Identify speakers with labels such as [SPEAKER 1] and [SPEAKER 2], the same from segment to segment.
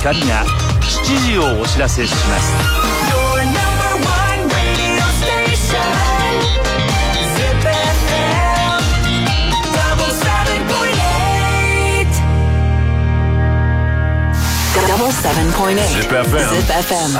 [SPEAKER 1] 光が7時をお知らせします。
[SPEAKER 2] ZIP FM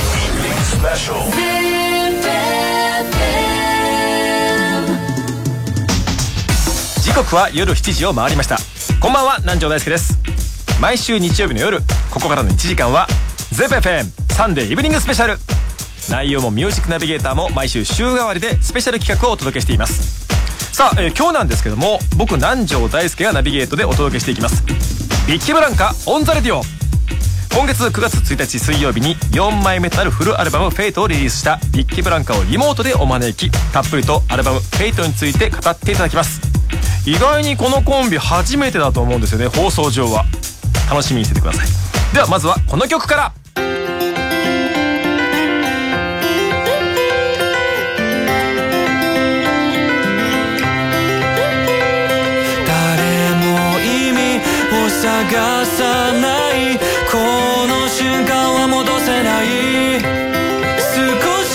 [SPEAKER 2] 時刻は夜7時を回りました。こんばんは、南條大輔です。毎週日曜日の夜、ここからの1時間は ZIP FM サンデーイブニングスペシャル。内容もミュージックナビゲーターも毎週週替わりでスペシャル企画をお届けしています。さあ、今日なんですけども、僕南條大輔がナビゲートでお届けしていきます。ビッケブランカオンザレディオ。今月9月1日水曜日に4枚目となるフルアルバムフェイトをリリースしたビッケブランカをリモートでお招き、たっぷりとアルバムフェイトについて語っていただきます。意外にこのコンビ初めてだと思うんですよね、放送上は。楽しみにしててください。ではまずはこの曲から。
[SPEAKER 3] 誰も意味を探さないこの瞬間は戻せない。少しだけ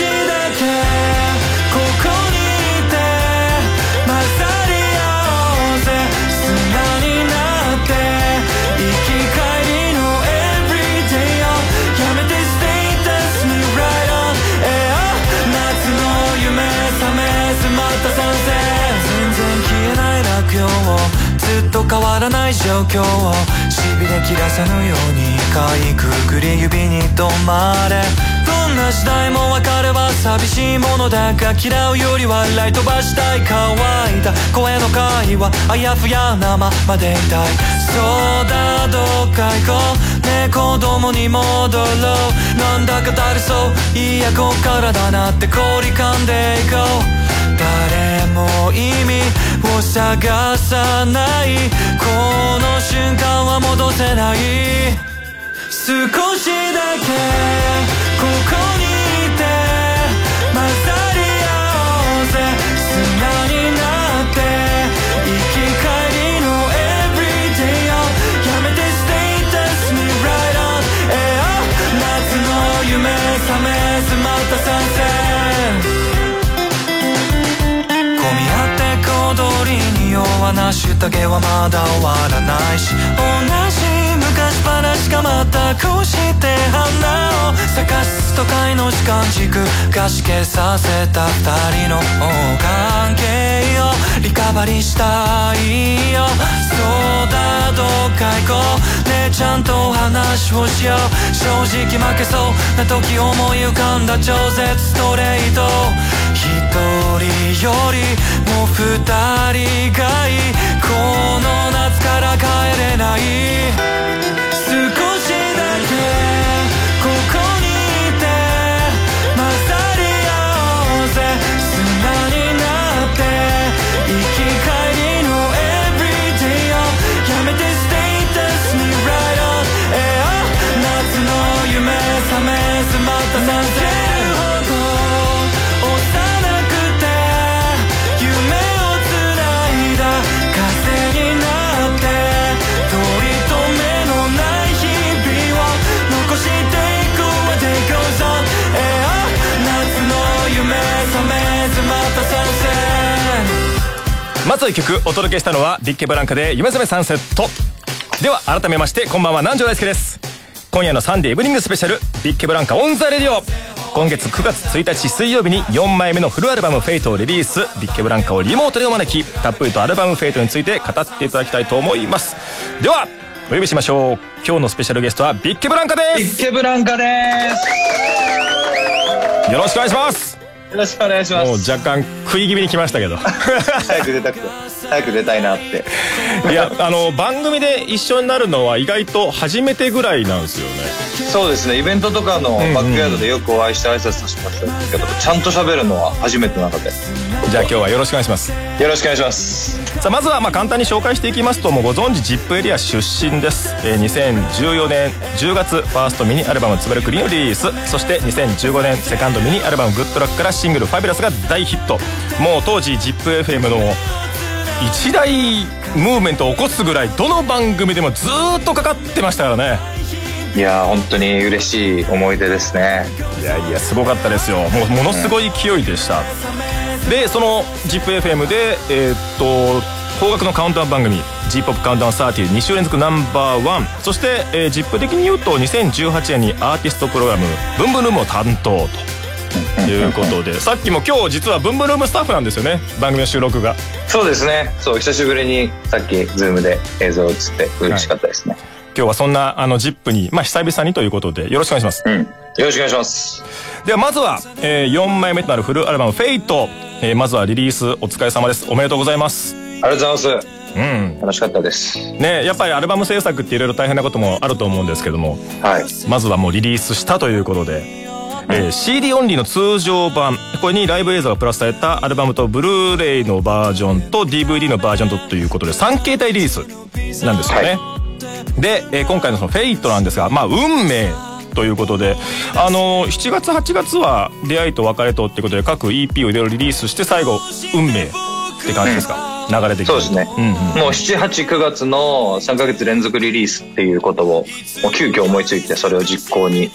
[SPEAKER 3] ここにいて混ざり合おうぜ。砂になって生き返りの Everyday をやめて Stay Touch me right on air。 夏の夢覚め迫ったサンセット。全然消えない落葉をずっと変わらない状況をしびれ切らさぬようにかいくぐり指に止まれ。どんな時代も別れは寂しいものだが嫌うより笑い飛ばしたい。乾いた声の会話あやふやなままでいたい。そうだどっか行こうね、子供に戻ろう。なんだかだるそう、いやこっからだなって凝り噛んでいこう。誰も意味を探さないこの瞬間は戻せない。少しだけここにいて混ざり合おうぜ。砂になって生き返りの Everyday をやめて Stay Touch me right on air。 夏の夢覚め迫ったサンセット。混み合って小通りに弱なしたげはまだ終わらないし、同じ昔話がまたこうして花を咲かす都会の時間軸がしけさせた二人の関係をリカバリーしたいよ。そうだどっか行こうね、ちゃんと話をしよう。正直負けそうな時思い浮かんだ超絶ストレート。一人よりも二人がいいこの夏から帰れない。少しだけここにいて混ざり合おうぜ。砂になって生き返りの Everyday をやめて Stay Touch me right on air。 夏の夢覚め迫ったサンセット。
[SPEAKER 2] まず1曲お届けしたのはビッケブランカで夢覚めサンセット。では改めましてこんばんは、南條大輔です。今夜のサンデーイブニングスペシャルビッケブランカオンザレディオ。今月9月1日水曜日に4枚目のフルアルバムフェイトをリリース。ビッケブランカをリモートでお招き、たっぷりとアルバムフェイトについて語っていただきたいと思います。ではお呼びしましょう。今日のスペシャルゲストはビッケブランカです。
[SPEAKER 4] ビッケブランカです。
[SPEAKER 2] よろしくお願いします。
[SPEAKER 4] よろしくお願いします。
[SPEAKER 2] もう若干食い気味に来ましたけど
[SPEAKER 4] 早く出たくて早く出たいなって。
[SPEAKER 2] いや番組で一緒になるのは意外と初めてぐらいなんですよね。
[SPEAKER 4] そうですね、イベントとかのバックヤードでよくお会いして挨拶させてもらったんですけど、ちゃんと喋るのは初めてなので。
[SPEAKER 2] じゃあ今日はよろしくお願いします。
[SPEAKER 4] よろしくお願いします。
[SPEAKER 2] さあまずは簡単に紹介していきますと、もうご存知 ZIP エリア出身です。2014年10月ファーストミニアルバムつばるクリーンをリリース。そして2015年セカンドミニアルバムグッドラックからシングルファビュラスが大ヒット。もう当時 ZIP-FM の一大ムーブメントを起こすぐらいどの番組でもずーっとかかってましたからね。
[SPEAKER 4] いやー本当に嬉しい思い出ですね。
[SPEAKER 2] いやいやすごかったですよ。ものすごい勢いでした。でその ZIPFM で邦楽のカウントダウン番組 J-POP カウントダウン32週連続ナンバーワン、そして、ZIP 的に言うと2018年にアーティストプログラムブンブンルームを担当ということでさっきも今日実はブンブンルームスタッフなんですよね、番組の収録が。
[SPEAKER 4] そうですね。そう久しぶりにさっきズームで映像映って嬉しかったですね、
[SPEAKER 2] 今日はそんなZIP に久々にということでよろしくお願いします。
[SPEAKER 4] よろしくお願いします。
[SPEAKER 2] ではまずは、4枚目となるフルアルバム「FATE」まずはリリースお疲れ様です。おめでとうございます。
[SPEAKER 4] ありがとうございます。楽しかったです
[SPEAKER 2] ね。やっぱりアルバム制作っていろいろ大変なこともあると思うんですけども、
[SPEAKER 4] はい、
[SPEAKER 2] まずはもうリリースしたということで、CD オンリーの通常版、これにライブ映像がプラスされたアルバムとブルーレイのバージョンと DVD のバージョンということで3形態リリースなんですよね、はい、で、今回のその「FATE」なんですが運命ということで7月8月は出会いと別れとってことで各 EP をいろいろリリースして最後運命って感じですか、流れ的に。そうですね、
[SPEAKER 4] もう7、8、9月の3ヶ月連続リリースっていうことをもう急遽思いついてそれを実行に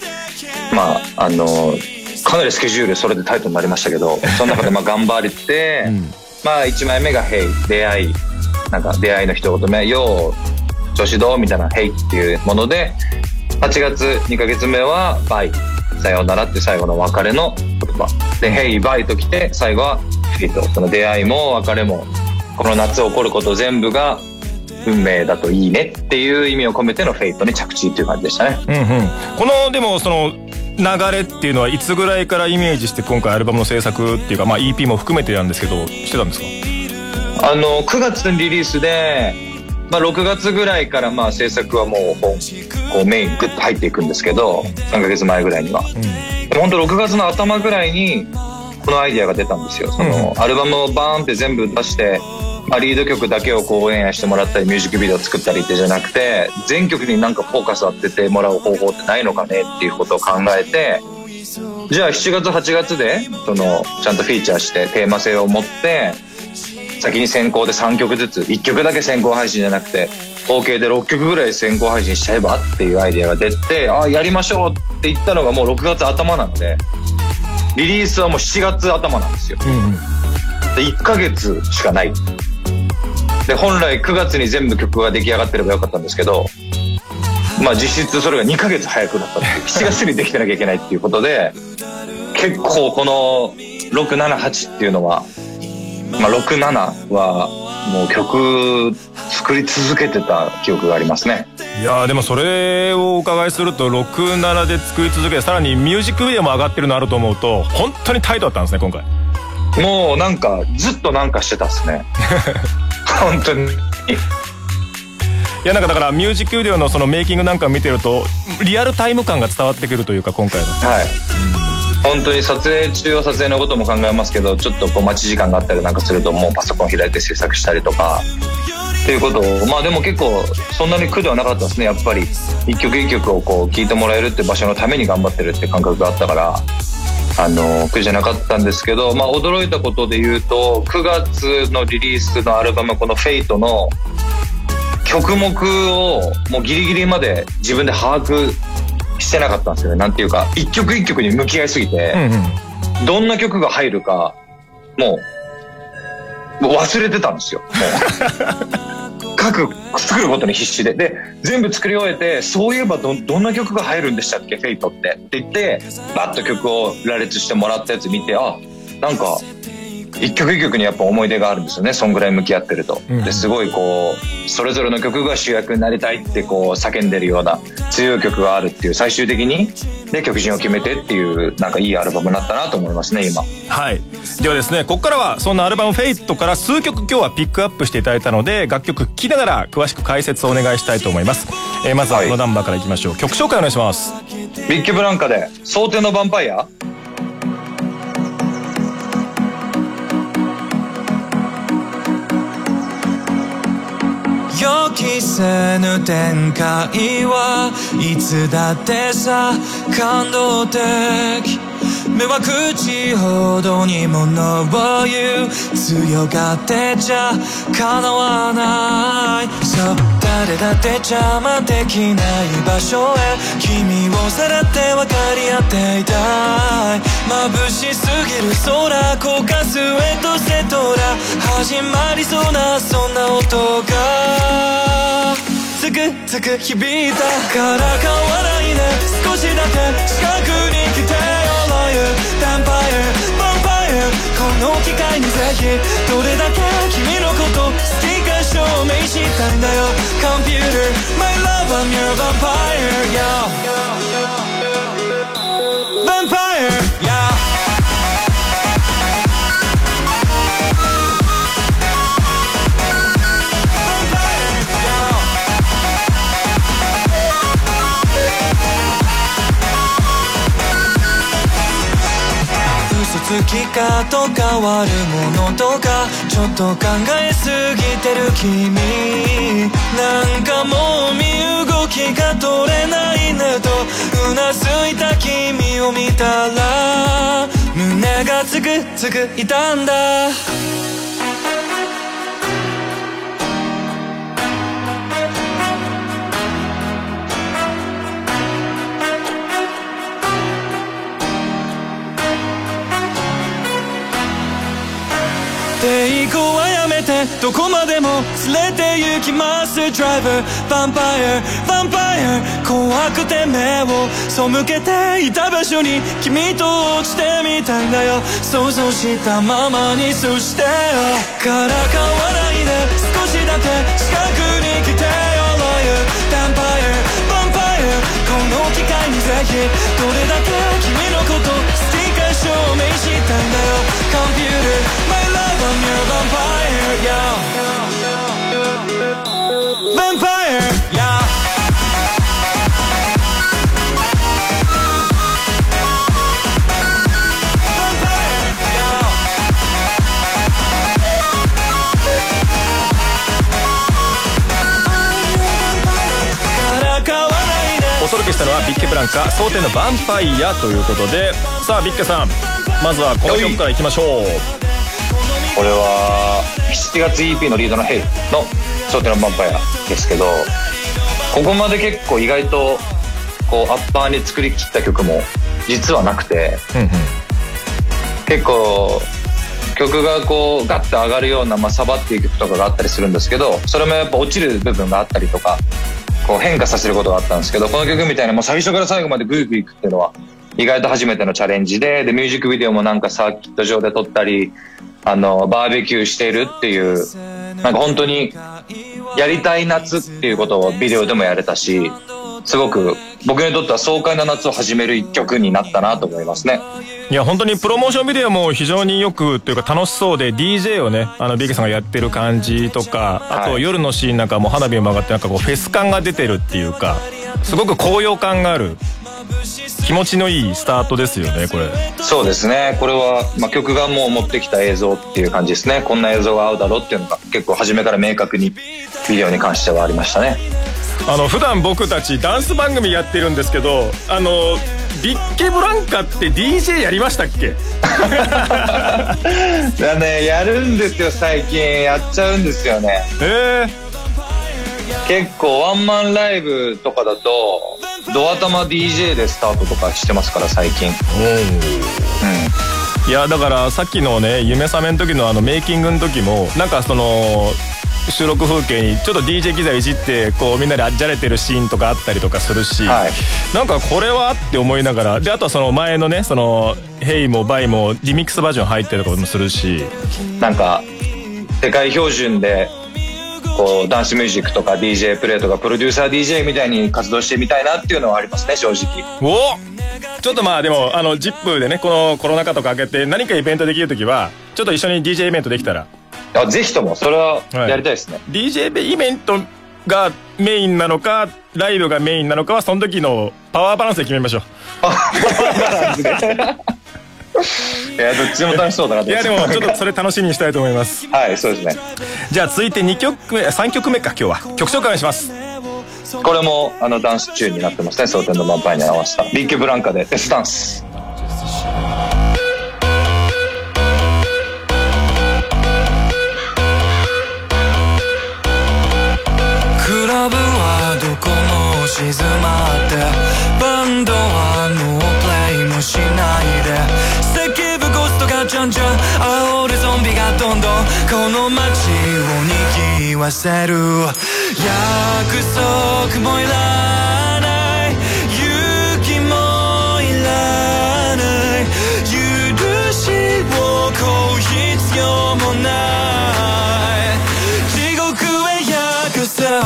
[SPEAKER 4] かなりスケジュールそれでタイトになりましたけどその中で頑張れて、1枚目が「ヘイ」出会い、出会いの一言目「よう調子どう?」みたいな「ヘイ」っていうもので、8月2ヶ月目は「バイ」さようならっていう最後の別れの言葉で「ヘイバイ」ときて最後は「フェイト」、その出会いも別れもこの夏起こること全部が運命だといいねっていう意味を込めての「フェイト」に着地っていう感じでしたね。
[SPEAKER 2] このでもその流れっていうのはいつぐらいからイメージして今回アルバムの制作っていうかEP も含めてなんですけどしてたんですか
[SPEAKER 4] ？9月のリリースで、6月ぐらいから制作はもうこうメイングッと入っていくんですけど3ヶ月前ぐらいには、でも本当6月の頭ぐらいにこのアイディアが出たんですよ。そのアルバムをバーンって全部出してリード曲だけをオンエアしてもらったりミュージックビデオ作ったりってじゃなくて全曲にフォーカス当ててもらう方法ってないのかねっていうことを考えて、じゃあ7月8月でちゃんとフィーチャーしてテーマ性を持って先に先行で3曲ずつ1曲だけ先行配信じゃなくて合計で6曲ぐらい先行配信しちゃえばっていうアイデアが出てやりましょうって言ったのがもう6月頭なのでリリースはもう7月頭なんですよ、で1ヶ月しかないで本来9月に全部曲が出来上がってればよかったんですけど実質それが2ヶ月早くなったっていう7月にできてなきゃいけないっていうことで結構この678っていうのは67はもう曲作り続けてた記憶がありますね。
[SPEAKER 2] いやでもそれをお伺いすると67で作り続けてさらにミュージックビデオも上がってるのあると思うと本当にタイトだったんですね今回。
[SPEAKER 4] もうずっとしてたっすね本当に。い
[SPEAKER 2] やだからミュージックビデオのそのメイキングなんか見てるとリアルタイム感が伝わってくるというか今回の
[SPEAKER 4] 本当に撮影中は撮影のことも考えますけどちょっと待ち時間があったりなんかするともうパソコン開いて制作したりとかっていうことをでも結構そんなに苦ではなかったですね。やっぱり一曲一曲を聴いてもらえるって場所のために頑張ってるって感覚があったから苦じゃなかったんですけど驚いたことで言うと9月のリリースのアルバムこの「FATE」の曲目をもうギリギリまで自分で把握してなかったんですよね。なんていうか一曲一曲に向き合いすぎて、どんな曲が入るかもう忘れてたんですよ。作ることに必死で全部作り終えてそういえばどんな曲が入るんでしたっけ「フェイト」って言ってバッと曲を羅列してもらったやつ見てなんか一曲一曲にやっぱ思い出があるんですよね。そんぐらい向き合ってると、ですごいそれぞれの曲が主役になりたいって叫んでるような強い曲があるっていう最終的に曲順を決めてっていういいアルバムになったなと思いますね今。
[SPEAKER 2] はい。ではですねここからはそんなアルバム「FATE」から数曲今日はピックアップしていただいたので楽曲聴きながら詳しく解説をお願いしたいと思います。まずはこのナンバーからいきましょう。曲紹介お願いします。
[SPEAKER 4] ビッキーブランカで想定のヴァンパイア。
[SPEAKER 3] 予期せぬ展開はいつだってさ感動的目は口ほどにものを言う強がってちゃ叶わないそう誰だって邪魔できない場所へ君をさらって分かり合っていたい眩しすぎる空コカスエとセトラ始まりそうなそんな音がつくつく響いたからかわないで少しだけ近くに来てよヴァンパイアこの機会にぜひどれだけ君のこと好きか証明したいんだよ Computer My love I'm your vampire yeah Vampire yeah好きかと変わるものとかちょっと考えすぎてる君なんかもう身動きが取れないねとうなずいた君を見たら胸がつくつく痛んだ抵抗はやめてどこまでも連れて行きますドライバーヴァンパイア怖くて目を背けていた場所に君と落ちてみたいんだよ想像したままにそしてからかわないで少しだけ近くに来てよヴァンパイアこの機会にぜひどれだけ君のこと好きか証明したいんだよ Computer My love I'm your vampire yeah Vampire yeah
[SPEAKER 2] お届けしたのはビッケブランカ蒼天のヴァンパイアということでさあビッケさんまずはこの曲からいきましょう。
[SPEAKER 4] これは7月 EP のリードのヘイの蒼天のヴァンパイアですけどここまで結構意外とこうアッパーに作り切った曲も実はなくて、結構曲がこうガッと上がるような、サバっていう曲とかがあったりするんですけどそれもやっぱ落ちる部分があったりとかこう変化させることがあったんですけどこの曲みたいなもう最初から最後までグイグイいくっていうのは意外と初めてのチャレンジでミュージックビデオもなんかサーキット上で撮ったりバーベキューしているっていうなんか本当にやりたい夏っていうことをビデオでもやれたしすごく僕にとっては爽快な夏を始める一曲になったなと思いますね。
[SPEAKER 2] いや本当にプロモーションビデオも非常によくというか楽しそうで DJ をねビッケさんがやってる感じとかあと夜のシーンなんかも花火も上がってなんかこうフェス感が出てるっていうかすごく高揚感がある気持ちのいいスタートですよねこれ。
[SPEAKER 4] そうですねこれは、曲がもう持ってきた映像っていう感じですね。こんな映像が合うだろうっていうのが結構初めから明確にビデオに関してはありましたね。
[SPEAKER 2] 普段僕たちダンス番組やってるんですけどビッケブランカって DJ やりましたっけ？
[SPEAKER 4] やるんですよ最近やっちゃうんですよね。結構ワンマンライブとかだとドア玉 DJ でスタートとかしてますから最近。
[SPEAKER 2] いやだからさっきのね夢覚めの時のメイキングの時もなんかその収録風景にちょっと DJ 機材いじってこうみんなであっじゃれてるシーンとかあったりとかするし、なんかこれはって思いながらであとはその前のねそのヘイもバイもリミックスバージョン入ってるとかもするし
[SPEAKER 4] なんか世界標準でこうダンスミュージックとか DJ プレイとかプロデューサー DJ みたいに活動してみたいなっていうのはありますね正直。
[SPEAKER 2] ちょっとでもZIP でねこのコロナ禍とか明けて何かイベントできる時はちょっと一緒に DJ イベントできたら
[SPEAKER 4] ぜひともそれはやりたいですね。
[SPEAKER 2] DJ イベントがメインなのかライブがメインなのかはその時のパワーバランスで決めましょう。
[SPEAKER 4] いやどっちも楽しそうだなと。
[SPEAKER 2] いやでもちょっとそれ楽しみにしたいと思います。
[SPEAKER 4] はい、そうですね。
[SPEAKER 2] じゃあ続いて2曲目3曲目か。今日は曲紹介お願いします。
[SPEAKER 4] これもダンスチューンになってますね。蒼天のヴァンパイアに合わせたビッグブランカでデスダンス。
[SPEAKER 3] クラブはどこも静まってバンドはもうプレイもしないで叫ぶゴストがじゃんじゃん煽るゾンビがどんどんこの街を賑わせる約束もいらない勇気もいらない許しをこう必要もない地獄へ約束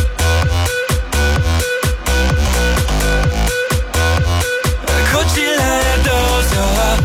[SPEAKER 3] こちらへどうぞ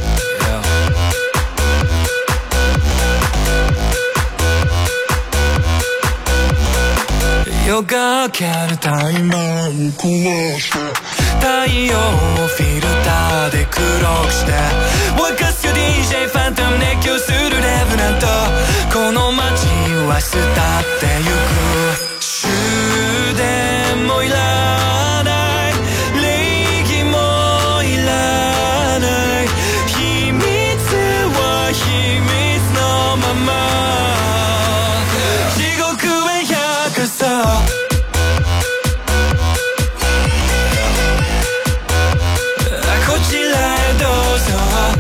[SPEAKER 3] 夜が明けるタイマーを壊して太陽をフィルターで黒くして沸かすよ DJ ファントム熱狂するレブナントこの街は巣立ってゆく終電もいらない礼儀もいらない秘密は秘密のまま地獄へ約束こちらへどうぞ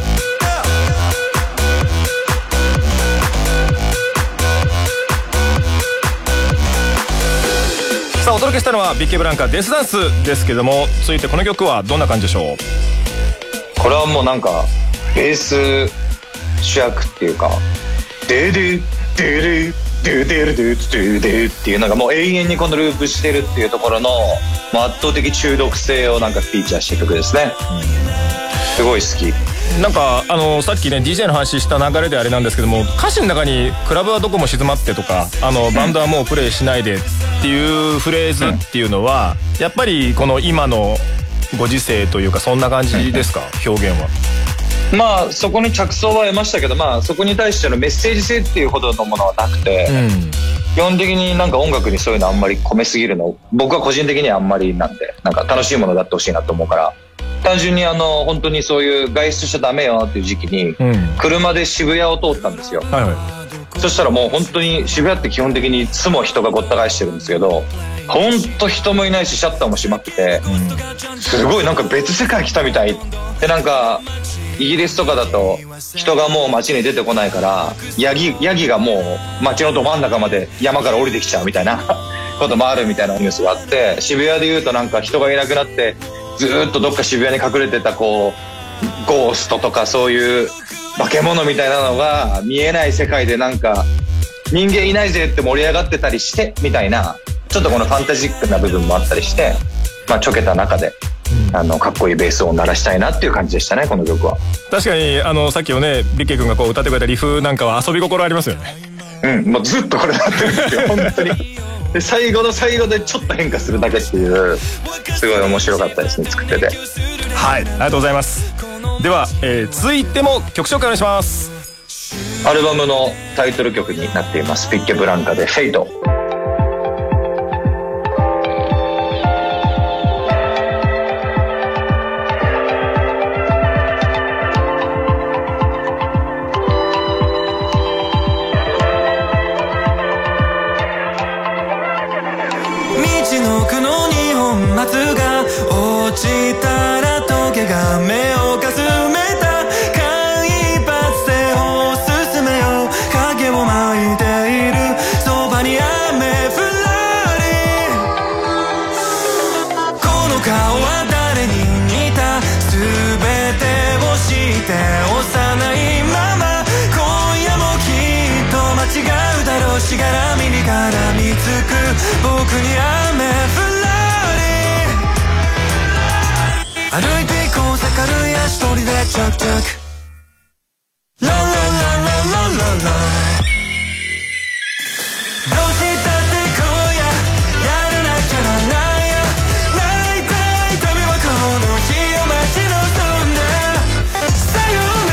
[SPEAKER 2] さあお届けしたのはビッケブランカデスダンスですけども、続いてこの曲はどんな感じでしょう。
[SPEAKER 4] これはもうなんかベース主役っていうかデーデーデーデーデーデーデーデーデーっていうなんかもう永遠にこのループしてるっていうところの圧倒的中毒性をなんかフィーチャーした曲ですね。すごい好き。
[SPEAKER 2] なんかさっきね DJ の話した流れであれなんですけども、歌詞の中にクラブはどこも静まってとかバンドはもうプレイしないでっていうフレーズっていうのはやっぱりこの今のご時世というかそんな感じですか、表現は。
[SPEAKER 4] まあそこに着想は得ましたけど、まあそこに対してのメッセージ性っていうほどのものはなくて、基本的になんか音楽にそういうのあんまり込めすぎるの僕は個人的にはあんまりなんで、なんか楽しいものだってほしいなと思うから、単純に本当にそういう外出しちゃダメよっていう時期に車で渋谷を通ったんですよ、はいはい、そしたらもう本当に渋谷って基本的にいつも人がごった返してるんですけど、本当人もいないしシャッターも閉まってて、すごいなんか別世界来たみたいで、なんかイギリスとかだと人がもう街に出てこないからヤギがもう街のど真ん中まで山から降りてきちゃうみたいなこともあるみたいなニュースがあって、渋谷でいうとなんか人がいなくなってずーっとどっか渋谷に隠れてたこうゴーストとかそういう化け物みたいなのが見えない世界でなんか人間いないぜって盛り上がってたりしてみたいな、ちょっとこのファンタジックな部分もあったりして、まあちょけた中でかっこいいベースを鳴らしたいなっていう感じでしたね、この曲は。
[SPEAKER 2] 確かにさっきのねビッケ君がこう歌ってくれたリフなんかは遊び心ありますよね。
[SPEAKER 4] もうずっとこれなってるんですよ本当に。で最後の最後でちょっと変化するだけっていうすごい面白かったですね、作ってて。
[SPEAKER 2] はい、ありがとうございます。では、続いても曲紹介お願いします。
[SPEAKER 4] アルバムのタイトル曲になっています、ビッケブランカでフェイト。
[SPEAKER 3] 松が落ちたらトゲが目をかすめた間一髪で歩を進めよう、影を巻いているそばに雨降らり、この顔は誰に似た、全てを知って幼いまま今夜もきっと間違うだろう、しがらみに絡みつく僕に雨降ら歩いていこうぜ軽い足取りでチャクチャクラララララララどうしたって今夜やらなきゃならないよ、泣いた痛みはこの日を待ち望んでさよな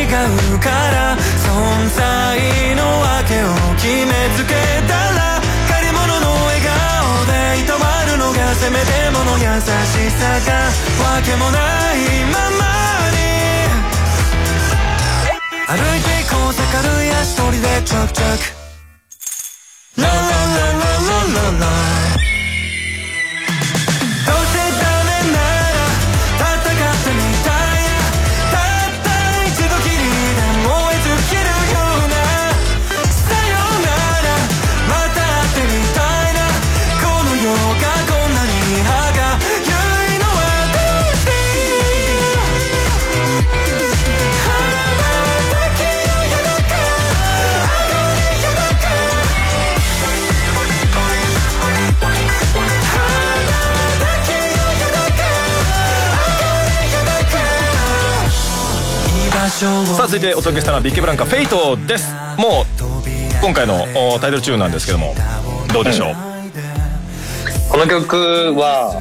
[SPEAKER 3] うから存在の訳を決めつけたら借り物の笑顔でいたわるのがせめてもの優しさがわけもないままに歩いていこうぜ軽い足取りでチャクチャクラララララララどうせダメなら戦ってみたいたった一度きりで燃え尽きるようなさよならまた会ってみたいなこの世がこんなに歯がゆいのはどうして
[SPEAKER 2] さあ続いてお届けしたのはビッケブランカフェイトです。もう今回のタイトルチューンなんですけどもどうでしょう、
[SPEAKER 4] この曲は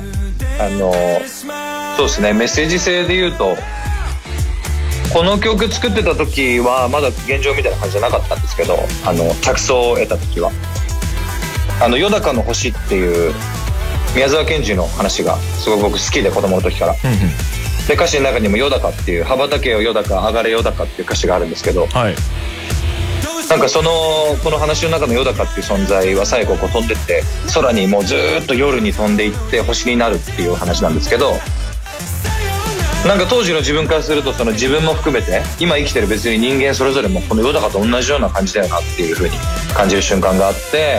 [SPEAKER 4] そうですね、メッセージ性で言うとこの曲作ってた時はまだ現状みたいな感じじゃなかったんですけど、着想を得た時はよだかの星っていう宮沢賢治の話がすごく僕好きで子供の時から、で歌詞の中にもよだかっていう羽ばたけよよだか上がれよだかっていう歌詞があるんですけど、
[SPEAKER 2] はい、
[SPEAKER 4] なんかこの話の中のよだかっていう存在は最後こう飛んでって空にもうずーっと夜に飛んでいって星になるっていう話なんですけど、なんか当時の自分からするとその自分も含めて今生きてる別に人間それぞれもこのよだかと同じような感じだよなっていう風に感じる瞬間があって、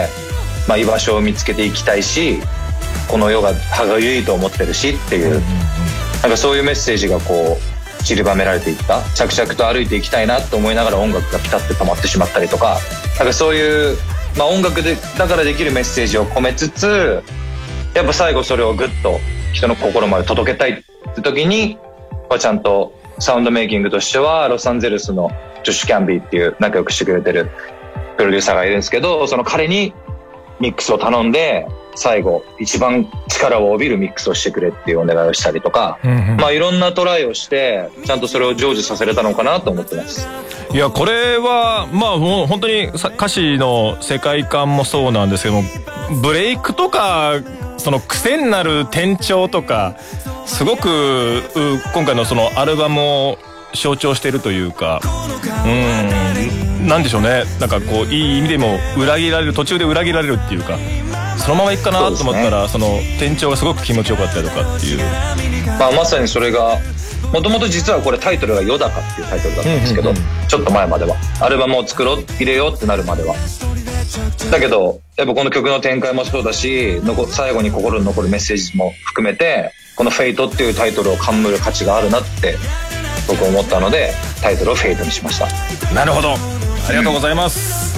[SPEAKER 4] まあ居場所を見つけていきたいしこの世が歯がゆいと思ってるしっていう、なんかそういうメッセージがこう散りばめられていった、着々と歩いていきたいなと思いながら音楽がピタッて止まってしまったりとか、なんかそういう、まあ、音楽でだからできるメッセージを込めつつやっぱ最後それをグッと人の心まで届けたいって時に、まあ、ちゃんとサウンドメイキングとしてはロサンゼルスのジョシュ・キャンビーっていう仲良くしてくれてるプロデューサーがいるんですけど、その彼にミックスを頼んで最後一番力を帯びるミックスをしてくれっていうお願いをしたりとか、まあいろんなトライをしてちゃんとそれを成就させれたのかなと思ってます。
[SPEAKER 2] いやこれはまあもう本当に歌詞の世界観もそうなんですけども、ブレイクとかその癖になる転調とかすごく今回のそのアルバムを象徴しているというか、なんでしょうね、なんかこういい意味でも裏切られる、途中で裏切られるっていうか、そのままいくかなと思ったら その転調がすごく気持ちよかったりとかっていう、
[SPEAKER 4] まあ、まさにそれがもともと実はこれタイトルがよだかっていうタイトルだったんですけど、ちょっと前まではアルバムを作ろう入れようってなるまではだけどやっぱこの曲の展開もそうだし最後に心に残るメッセージも含めてこのフェイトっていうタイトルを冠る価値があるなって僕思ったのでタイトルをフェイトにしました。
[SPEAKER 2] なるほど、ありがとうございます、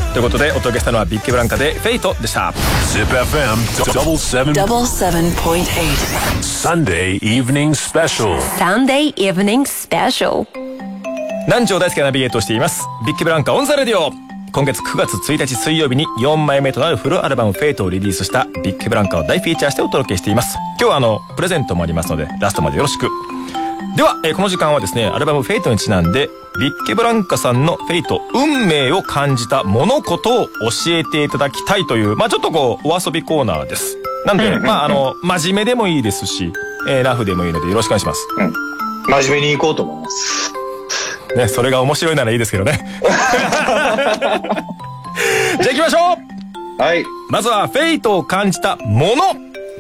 [SPEAKER 2] ということでお届けしたのはビッケブランカでフェイトでした。
[SPEAKER 1] ZipFM
[SPEAKER 5] 77.8
[SPEAKER 1] Sunday Evening Special
[SPEAKER 5] Sunday Evening Special。
[SPEAKER 2] 南條大輔がナビゲートしていますビッケブランカオンザレディオ。今月9月1日水曜日に4枚目となるフルアルバムフェイトをリリースしたビッケブランカを大フィーチャーしてお届けしています。今日はプレゼントもありますのでラストまでよろしく。では、この時間はですねアルバムフェイトにちなんでビッケブランカさんのフェイト運命を感じた物事を教えていただきたいという、まあちょっとこうお遊びコーナーです。なんでまあ真面目でもいいですし、ラフでもいいのでよろしくお願いします。
[SPEAKER 4] 真面目にいこうと思います
[SPEAKER 2] ね、それが面白いならいいですけどねじゃあ行きましょう。
[SPEAKER 4] はい、ま
[SPEAKER 2] ずはフェイトを感じたもの。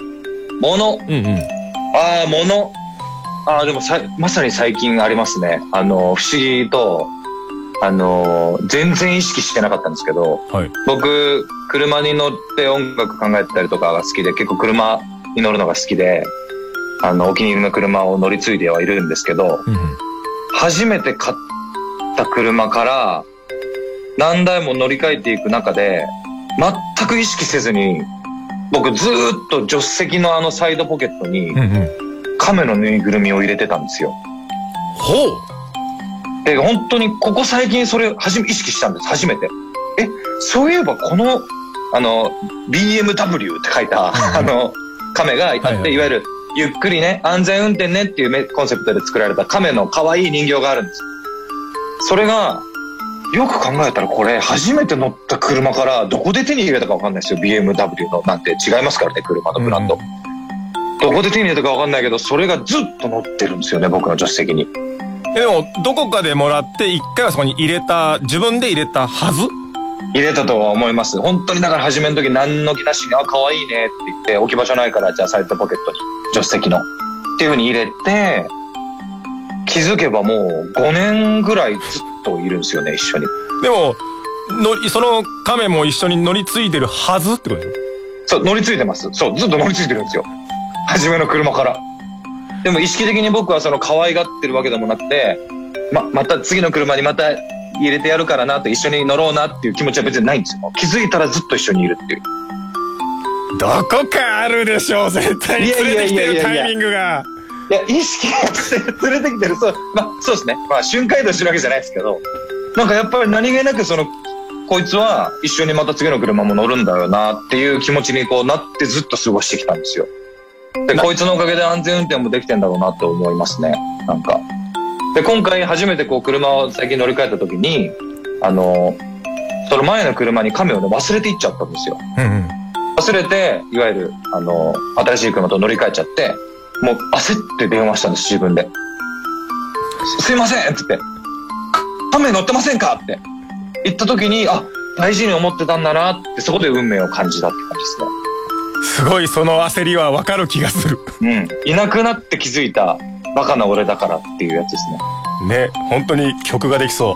[SPEAKER 4] でもまさに最近ありますね。不思議と全然意識してなかったんですけど、はい、僕車に乗って音楽考えてたりとかが好きで結構車に乗るのが好きでお気に入りの車を乗り継いではいるんですけど、初めて買った車から何台も乗り換えていく中で全く意識せずに僕ずーっと助手席のサイドポケットに亀のぬいぐるみを入れてたんですよ。
[SPEAKER 2] ほう。
[SPEAKER 4] で本当にここ最近それ意識したんです。初めてそういえばこのBMW って書いた亀があって、いわゆるゆっくりね安全運転ねっていうコンセプトで作られた亀の可愛い人形があるんです。 それが、よく考えたらこれ、初めて乗った車からどこで手に入れたかわかんないですよ。BMW のなんて違いますからね、車のブランド。どこで手に入れたかわかんないけど、それがずっと乗ってるんですよね、僕の助手席に。
[SPEAKER 2] でも、どこかでもらって、一回はそこに入れた、自分で入れたはず？
[SPEAKER 4] 入れたとは思います。本当にだから初めの時何の気なしに、あ、可愛いねって言って、置き場所ないから、じゃあサイドポケットに、助手席の。っていう風に入れて、気づけばもう5年ぐらいずっといるんですよね、一緒に。
[SPEAKER 2] でも、その亀も一緒に乗り継いでるはずってことでしょ？
[SPEAKER 4] そう、乗り継いでます。そう、ずっと乗り継いでるんですよ。初めの車から。でも意識的に僕はその可愛がってるわけでもなくて、また次の車にまた入れてやるからなと、一緒に乗ろうなっていう気持ちは別にないんですよ。気づいたらずっと一緒にいるっていう。
[SPEAKER 2] どこかあるでしょう、絶対連れてきてるタイミングが。
[SPEAKER 4] いや、意識が連れてきてる。そう、そうですね。瞬間移動してるわけじゃないですけど、なんかやっぱり何気なくこいつは一緒にまた次の車も乗るんだよなっていう気持ちにこうなってずっと過ごしてきたんですよ。で、こいつのおかげで安全運転もできてんだろうなと思いますね。なんか。で、今回初めてこう車を最近乗り換えた時に、その前の車に亀をね、忘れていっちゃったんですよ。忘れて、いわゆる、新しい車と乗り換えちゃって、もう焦って電話したんです、自分で。すいませんって言って、亀乗ってませんかって言った時に、あ、大事に思ってたんだなって、そこで運命を感じたって感じですね。
[SPEAKER 2] すごい、その焦りはわかる気がする。
[SPEAKER 4] いなくなって気づいた、バカな俺だからっていうやつです
[SPEAKER 2] ね。ね、本当に曲ができそう。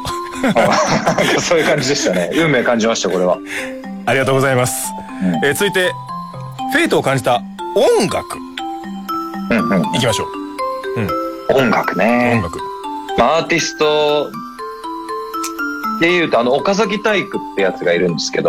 [SPEAKER 4] そういう感じでしたね。運命感じました、これは。
[SPEAKER 2] ありがとうございます。続いて、フェイトを感じた音楽。行きましょ
[SPEAKER 4] う。音楽ね。
[SPEAKER 2] 音楽。
[SPEAKER 4] アーティストで言うと、岡崎体育ってやつがいるんですけど、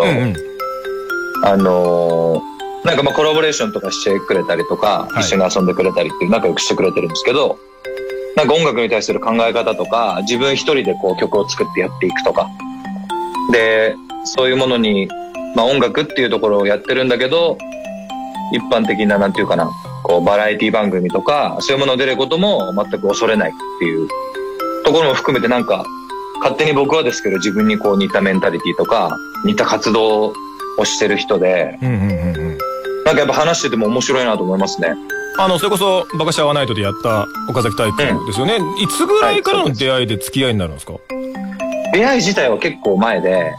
[SPEAKER 4] なんかコラボレーションとかしてくれたりとか、一緒に遊んでくれたりっていう仲良くしてくれてるんですけど、なんか音楽に対する考え方とか、自分一人でこう曲を作ってやっていくとか。で、そういうものに、音楽っていうところをやってるんだけど、一般的な、なんていうかな、こうバラエティ番組とか、そういうものを出ることも全く恐れないっていうところも含めて、なんか、勝手に僕はですけど、自分にこう似たメンタリティとか、似た活動をしてる人で、なんかやっぱ話してても面白いなと思いますね。
[SPEAKER 2] それこそ、バカシャワーナイトでやった岡崎体育ですよね。いつぐらいからの出会いで付き合いになるんですか？
[SPEAKER 4] 出会い自体は結構前で、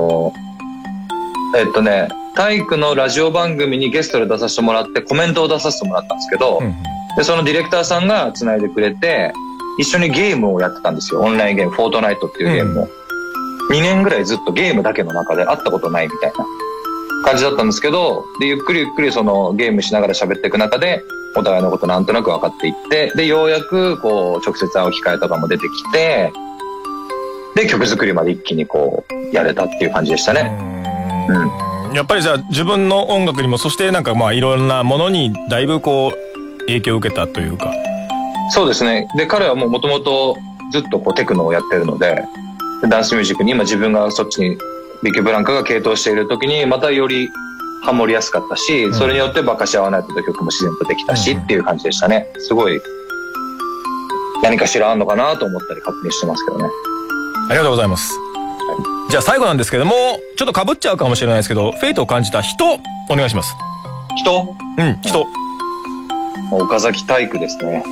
[SPEAKER 4] 体育のラジオ番組にゲストで出させてもらってコメントを出させてもらったんですけど、で、そのディレクターさんが繋いでくれて、一緒にゲームをやってたんですよ。オンラインゲーム、フォートナイトっていうゲームを。2年ぐらいずっとゲームだけの中で会ったことないみたいな感じだったんですけど、で、ゆっくりそのゲームしながら喋っていく中で、お互いのことなんとなく分かっていって、で、ようやくこう、直接会う機会とかも出てきて、で、曲作りまで一気にこう、やれたっていう感じでしたね。
[SPEAKER 2] やっぱりじゃあ自分の音楽にも、そしてなんかいろんなものにだいぶこう影響を受けたというか。
[SPEAKER 4] そうですね。で、彼はもともとずっとこうテクノをやってるので、ダンスミュージックに今自分がそっちにビッグブランカが傾倒している時にまたよりハモりやすかったし、それによってバカシャワーナイトという曲も自然とできたしっていう感じでしたね。すごい何かしらあんのかなと思ったり勝手にしてますけどね。
[SPEAKER 2] ありがとうございます。じゃあ最後なんですけども、ちょっと被っちゃうかもしれないですけど、フェイトを感じた人、お願いします。
[SPEAKER 4] 人？
[SPEAKER 2] 人。
[SPEAKER 4] 岡崎体育ですね。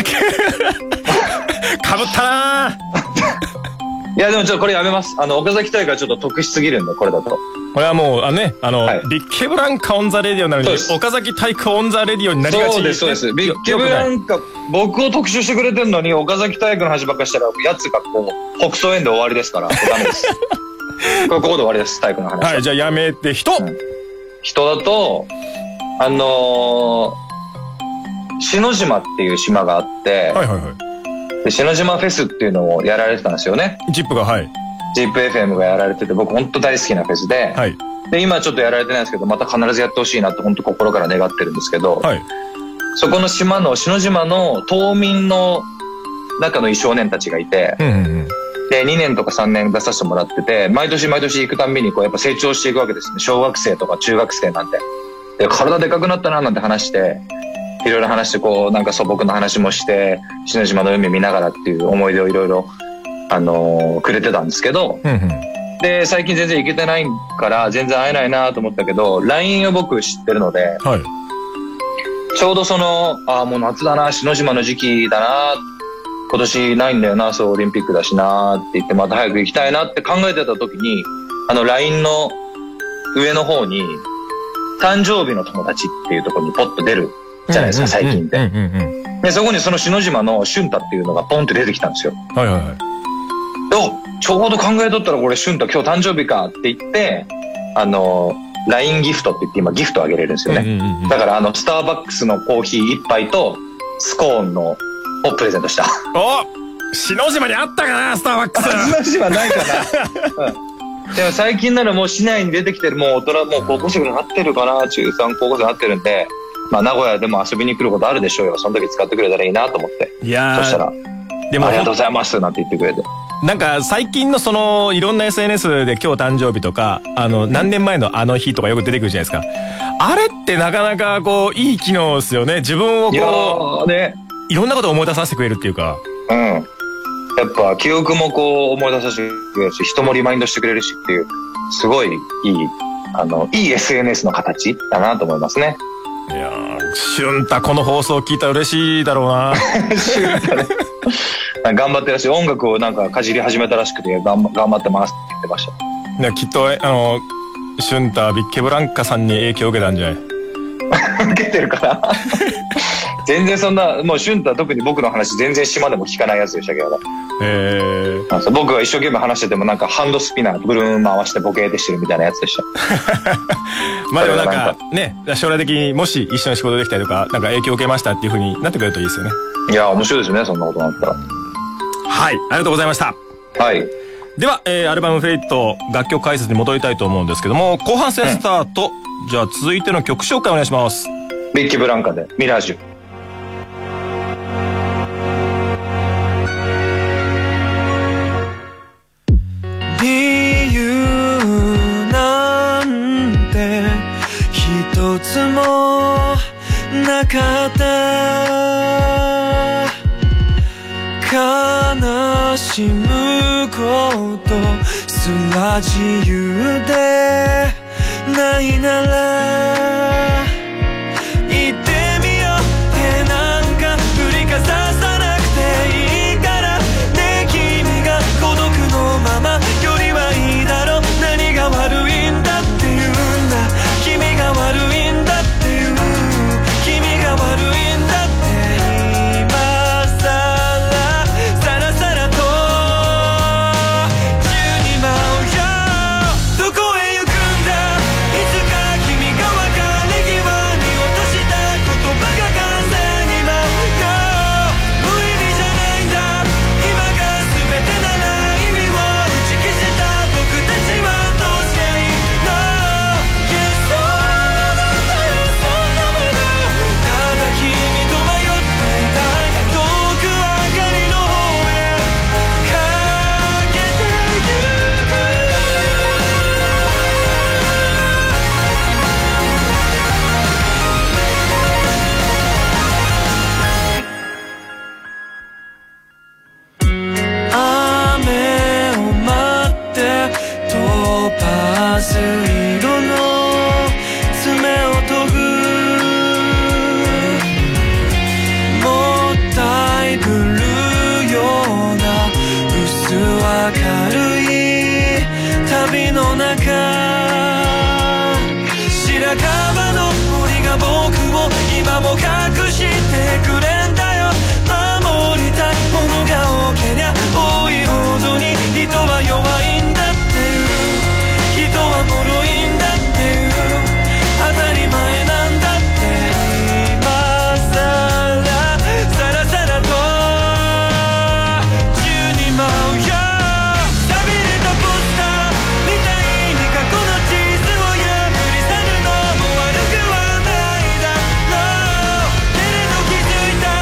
[SPEAKER 2] 被ったなぁ。
[SPEAKER 4] いやでもちょっとこれやめます。岡崎体育はちょっと得しすぎるんで、これだと。
[SPEAKER 2] これはもう、ビッケブランカオンザレディオなのに、岡崎体育オンザレディオになりがちです。
[SPEAKER 4] そうです。ビッケブランカ、僕を特集してくれてるのに、岡崎体育の話ばっかりしたら、やつがこう、北総園で終わりですから、ダメです。ここで終わりです、体育の話は。
[SPEAKER 2] はい、じゃあやめて、人
[SPEAKER 4] だと、篠島っていう島があって、で篠島フェスっていうのをやられてたんですよね。
[SPEAKER 2] ジップが、
[SPEAKER 4] ZIPFM がやられてて、僕本当大好きなフェスで、で、今ちょっとやられてないんですけど、また必ずやってほしいなって本当心から願ってるんですけど、そこの島の、篠島の島民の中の少年たちがいて、で、2年とか3年出させてもらってて、毎年行くたんびにこうやっぱ成長していくわけですね。小学生とか中学生なんて。で、体でかくなったななんて話して、いろいろ話してこう、なんか素朴な話もして、篠島の海見ながらっていう思い出をいろいろくれてたんですけど、で、最近全然行けてないから全然会えないなと思ったけど、LINE を僕知ってるので、
[SPEAKER 2] はい。
[SPEAKER 4] ちょうどもう夏だな、篠島の時期だな、今年ないんだよな、そうオリンピックだしなって言って、また早く行きたいなって考えてた時に、LINE の上の方に、誕生日の友達っていうところにポッと出るじゃないですか、最近って。で、そこにその篠島の俊太っていうのがポンって出てきたんですよ。
[SPEAKER 2] はいはいはい。
[SPEAKER 4] ちょうど考えとったらこれ俊太今日誕生日かって言って、LINE ギフトって言って今ギフトあげれるんですよね。だからスターバックスのコーヒー1杯とスコーンをプレゼントした。
[SPEAKER 2] 篠島にあったかな、スターバックス。
[SPEAKER 4] 篠島ないかな。でも最近ならもう市内に出てきてるもう大人、もう高校生になってるかな、中3高校生になってるんで、まあ名古屋でも遊びに来ることあるでしょうよ。その時使ってくれたらいいなと思って。
[SPEAKER 2] いやー。
[SPEAKER 4] そしたら、
[SPEAKER 2] でも
[SPEAKER 4] ありがとうございますなんて言ってくれて。
[SPEAKER 2] なんか最近のいろんな SNS で今日誕生日とか、何年前のあの日とかよく出てくるじゃないですか。あれってなかなかいい機能ですよね。自分をいろんなことを思い出させてくれるっていうか。
[SPEAKER 4] うん。やっぱ記憶も思い出させてくれるし、人もリマインドしてくれるしっていう、すごいいい SNS の形だなと思いますね。
[SPEAKER 2] いやー、俊太この放送聞いたら嬉しいだろうな。
[SPEAKER 4] 俊太ね。頑張ってらっしゃる。音楽をなんかかじり始めたらしくて頑張ってますって言ってました。
[SPEAKER 2] きっと俊太ビッケブランカさんに影響を受けたんじゃない？
[SPEAKER 4] 受けてるから全然そんな、もう俊太は特に僕の話全然島でも聞かないやつでしたけどね。僕が一生懸命話しててもなんかハンドスピナーぐるん回してボケーってしてるみたいなやつでした。
[SPEAKER 2] まあでもなんかね、将来的にもし一緒に仕事できたりとか、なんか影響を受けましたっていう風になってくれるといいですよね。
[SPEAKER 4] いや、面白いですね、そんなことになったら。
[SPEAKER 2] はい、ありがとうございました。
[SPEAKER 4] はい。
[SPEAKER 2] では、アルバムフェイト楽曲解説に戻りたいと思うんですけども、後半戦スタート。じゃあ続いての曲紹介お願いします。
[SPEAKER 4] ビッキーブランカでミラージュ。
[SPEAKER 3] 理由なんて一つもなかった。悲しむことすら自由でないなら言ってみようってなんか振りかざさなくていいからね。君が孤独のままよりはいいだろう。何が悪いんだっていうんだ。君が悪いんだっていう。君が悪いんだって今さらさらさらと宙に舞うよ。どこへ行くんだ。いつか君が別れ際に落とした言葉が風に舞うよ。無意味じゃないんだ。今が全てなら意味を打ち消した僕たちはどうしていいの。Yes, soなんだよ、そんなもの。ただ君と迷っていたい。遠く明かりの方へかけてゆく。雨を待ってトパーズ色の爪を研ぐ。もったいぶるような薄明るい旅の中。白樺の森が僕を今も隠してくれんだよ。守りたいものが多けりゃ多いほどに人は弱いんだっていう。人は脆いんだっていう。当たり前なんだって今さらさらさらと宙に舞うよ。寂れたポスターみたいに過去の地図を破り去るのも悪くはないだろう。けれど気づいた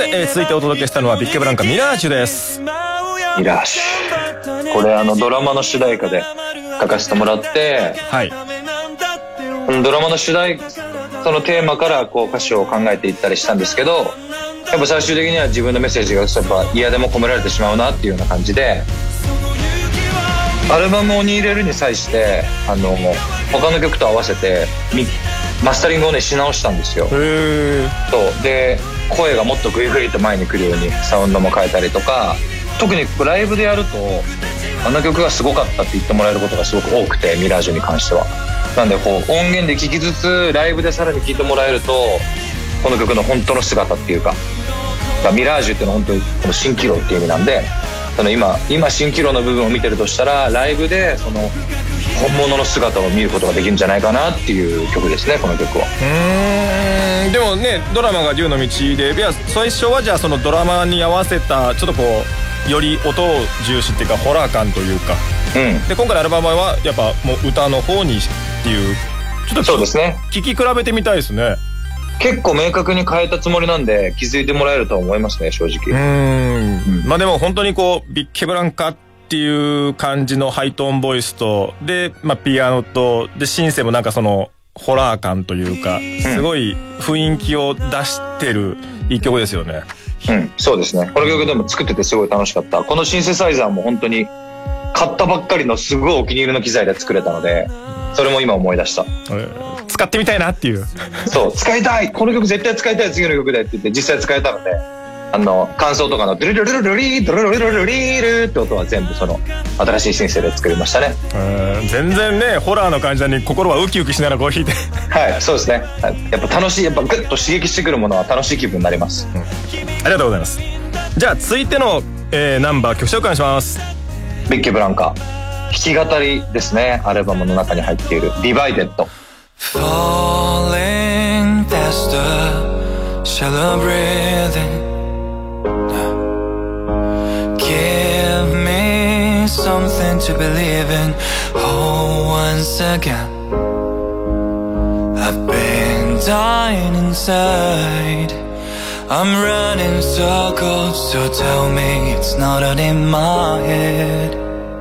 [SPEAKER 2] で、続いてお届けしたのはビッケブランカミラージュです。
[SPEAKER 4] ミラージュ、これドラマの主題歌で書かせてもらって、
[SPEAKER 2] はい、
[SPEAKER 4] ドラマの主題そのテーマからこう歌詞を考えていったりしたんですけど、やっぱ最終的には自分のメッセージがやっぱ嫌でも込められてしまうなっていうような感じで、アルバムを入れるに際して他の曲と合わせてマスタリングをねし直したんですよ。そうで、声がもっとグイグイと前に来るようにサウンドも変えたりとか、特にライブでやるとあの曲がすごかったって言ってもらえることがすごく多くて、ミラージュに関しては。なんでこう音源で聴きつつライブでさらに聴いてもらえると、この曲の本当の姿っていうか、ミラージュっていうのは本当にこの蜃気楼っていう意味なんで、今蜃気楼の部分を見てるとしたら、ライブでその本物の姿を見ることができるんじゃないかなっていう曲ですね、この曲は。
[SPEAKER 2] でもね、ドラマが竜の道で、いや最初はじゃあそのドラマに合わせたちょっとこうより音を重視っていうかホラー感というか、で今回のアルバムはやっぱもう歌の方にっていう、ちょっと
[SPEAKER 4] そうですね、
[SPEAKER 2] 聴き比べてみたいですね。
[SPEAKER 4] 結構明確に変えたつもりなんで気づいてもらえるとは思いますね、正直。
[SPEAKER 2] まあでも本当にこうビッケブランカっていう感じのハイトーンボイスとで、まあ、ピアノとでシンセもなんかそのホラー感というか、すごい雰囲気を出してる一曲ですよね。
[SPEAKER 4] そうですね。この曲でも作っててすごい楽しかった。このシンセサイザーも本当に買ったばっかりのすごいお気に入りの機材で作れたので、それも今思い出した。
[SPEAKER 2] 使ってみたいなっていう。
[SPEAKER 4] そう、使いたい、この曲絶対使いたい、次の曲でって言って実際使えたので、感想とかのドゥルルルルリードゥルルルルリールって音は全部その新しいシンセで作りましたね。
[SPEAKER 2] 全然ね、ホラーの感じなのに心はウキウキしながらこう弾いて
[SPEAKER 4] はい、そうですね。やっぱ楽しい、やっぱグッと刺激してくるものは楽しい気分になります。
[SPEAKER 2] ありがとうございます。じゃあ続いての、ナンバー曲紹介します。
[SPEAKER 4] ビッケブランカ弾き語りですね。アルバムの中に入っているディバイデッド。
[SPEAKER 3] Falling faster, shallow breathing, give me something to believe in. Oh, once again I've been dying inside. I'm running circles, so tell me it's not all in my head.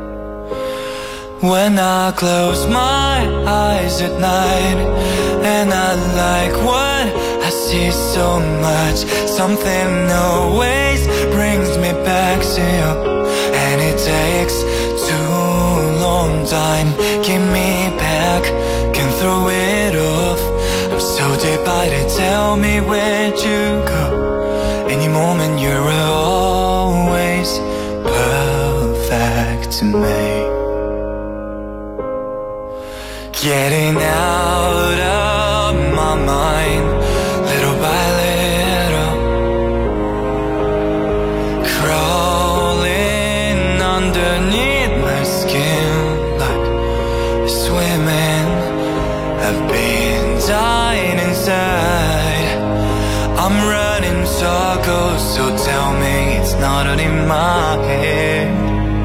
[SPEAKER 3] When I close my eyes at night and I like what I see so much, something always brings me back to you, and it takes too long time. Give me back, can throw it off. I'm so divided, tell me where'd you go. Any moment you're always perfect to me. Getting out of my mind, little by little, crawling underneath my skin like swimming. I've been dying inside. I'm running circles, so tell me it's not all in my head.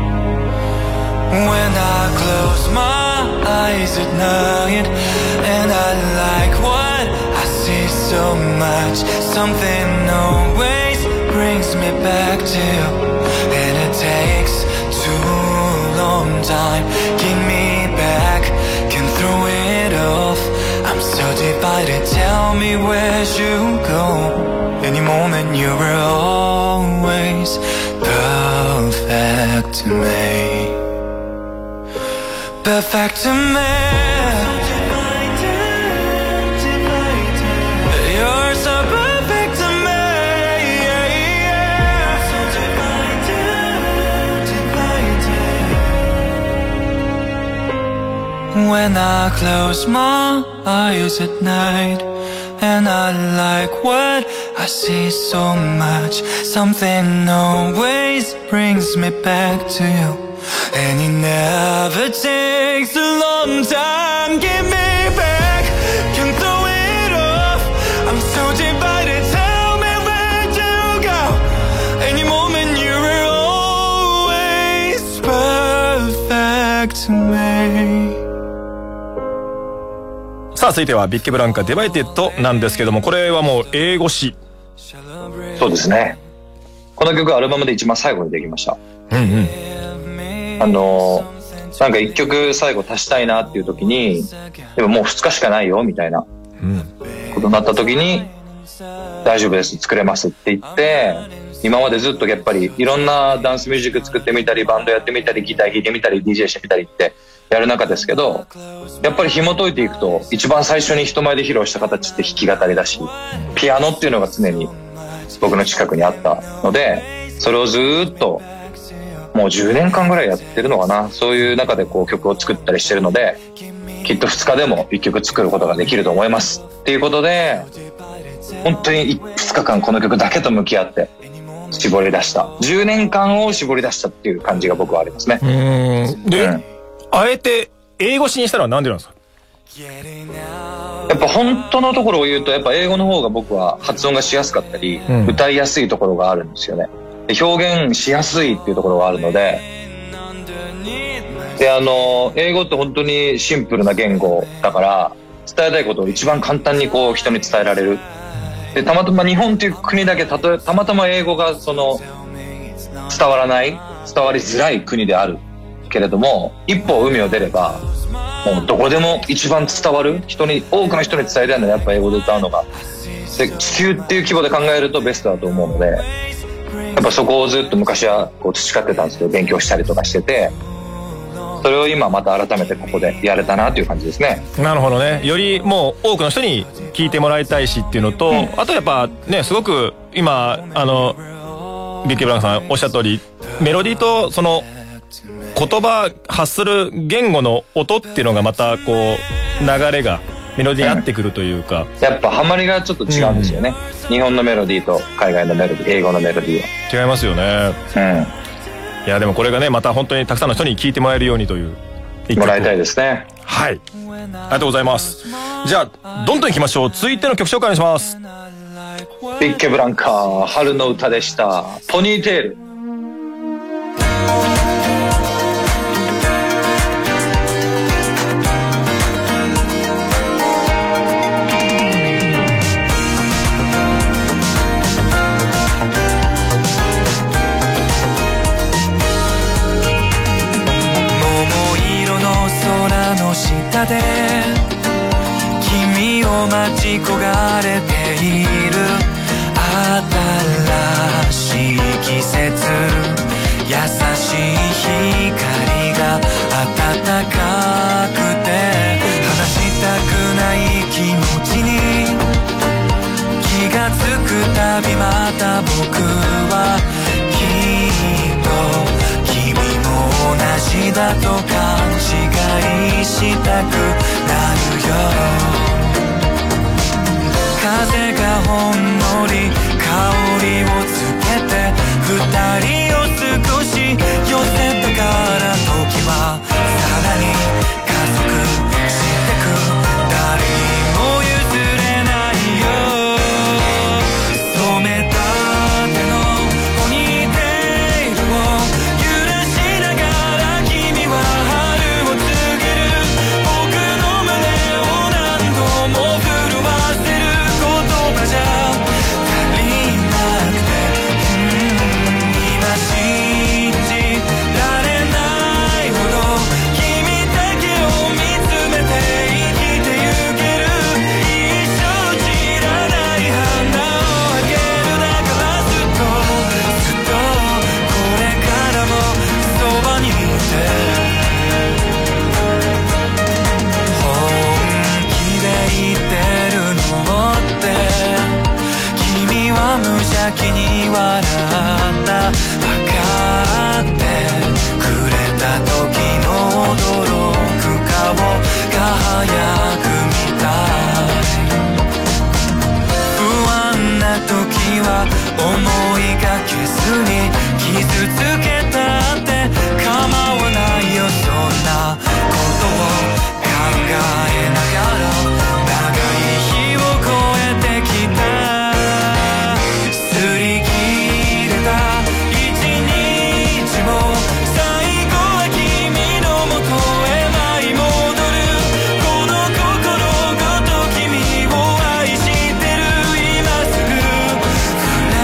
[SPEAKER 3] When I close my eyes at night and I like what I see so much, something always brings me back to you, and it takes too long time. Give me back, can throw it off. I'm so divided, tell me where'd you go. Any moment you were always perfect to me. Perfect to me. You're so perfect to me. When I close my eyes at night and I like what I see so much, something always brings me back to you, and it never takes a long time. Give me back, can throw it off. I'm so divided, tell me where'd you go. Any moment you were always perfect to me. さあ続いてはビッケブランカデバイテッドなんですけども、これはもう英語詞
[SPEAKER 4] そうですね。この曲はアルバムで一番最後にできました。なんか一曲最後足したいなっていう時に、でももう2日しかないよみたいなことになった時に、大丈夫です、作れますって言って、今までずっとやっぱりいろんなダンスミュージック作ってみたり、バンドやってみたり、ギター弾いてみたり、DJ してみたりってやる中ですけど、やっぱり紐解いていくと一番最初に人前で披露した形って弾き語りだし、ピアノっていうのが常に僕の近くにあったので、それをずっともう10年間ぐらいやってるのかな。そういう中でこう曲を作ったりしてるので、きっと2日でも1曲作ることができると思いますっていうことで、本当に2日間この曲だけと向き合って絞り出した、10年間を絞り出したっていう感じが僕はありますね。
[SPEAKER 2] で、あえて英語詞にしたのはなんでなんですか？
[SPEAKER 4] やっぱ本当のところを言うと、やっぱ英語の方が僕は発音がしやすかったり、歌いやすいところがあるんですよね。で、表現しやすいっていうところがあるので、で、英語って本当にシンプルな言語だから、伝えたいことを一番簡単にこう人に伝えられる。で、たまたま日本っていう国だけ、たまたま英語が伝わらない、伝わりづらい国であるけれども、一歩海を出れば、もうどこでも一番伝わる、多くの人に伝えたいのはやっぱ英語で歌うのが、で、地球っていう規模で考えるとベストだと思うので、やっぱそこをずっと昔はこう培ってたんですけど、勉強したりとかしてて、それを今また改めてここでやれたなという感じですね。
[SPEAKER 2] なるほどね。よりもう多くの人に聞いてもらいたいしっていうのと、あとやっぱね、すごく今ビッケブランクさんおっしゃった通り、メロディーとその言葉発する言語の音っていうのがまたこう流れがメロディーに合ってくるというか、
[SPEAKER 4] やっぱハマりがちょっと違うんですよね。日本のメロディーと海外のメロディー、英語のメロディーは
[SPEAKER 2] 違いますよね。いやでもこれがね、また本当にたくさんの人に聞いてもらえるようにという
[SPEAKER 4] もらいたいですね。
[SPEAKER 2] はい、ありがとうございます。じゃあどんどん行きましょう。続いての曲紹介お願いします。
[SPEAKER 4] ビッケブランカー、春の歌でした。ポニーテール。
[SPEAKER 3] 下で君を待ち焦がれている、新しい季節、優しい光が暖かくて、離したくない気持ちに気がつくたび、また僕はきっと君も同じだと勘違いしたくなるよ。風がほんのり香りをつけて、二人を少し寄せたから時はさらに加速してく、誰にも譲れないよ。染めたてのポニーテールを揺らしながら、君は春を告げる。僕の胸を何度も震わせる言葉じゃ足りなくて、今信じられないほど君だけを見つめて生きてゆける。一生散らない花をあげる。だからずっとずっとこれからもそばにいて、本気で言ってるのって、君は無邪気に笑った、分かってくれた時の驚く顔が早く見たい。不安な時は思いがけずに傷つけたって構わないよ。そんなことを考えながら長い日を越えてきた。擦り切れた一日も最後は君の元へ舞い戻る。この心ごと君を愛してる。今すぐ触れ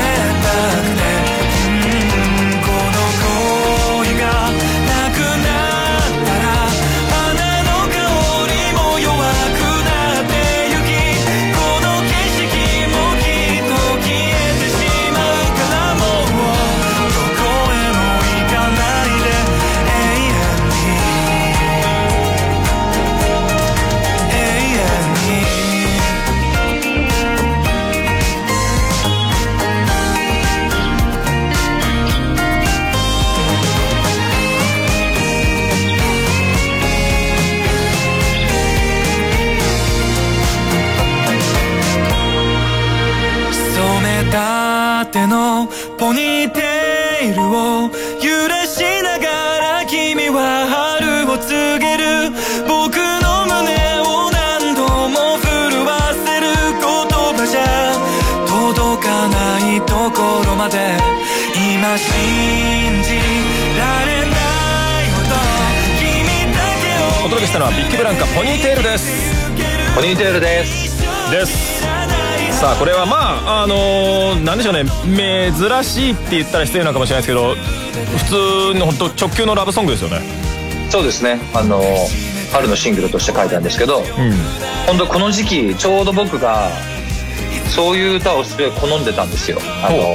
[SPEAKER 3] てのポニーテールを揺らしながら君は春を告げる。僕の胸を何度も震わせる。言葉じゃ届かないところまで今信じられないほど君だけを。
[SPEAKER 2] お届けしたのはビッケブランカポニーテールです。
[SPEAKER 4] ポニーテールです
[SPEAKER 2] さあこれはまあなんでしょうね、珍しいって言ったら失礼なのかもしれないですけど、普通の本当直球のラブソングですよね。
[SPEAKER 4] そうですね、春のシングルとして書いたんですけど、本当この時期ちょうど僕がそういう歌をすごい好んでたんですよ。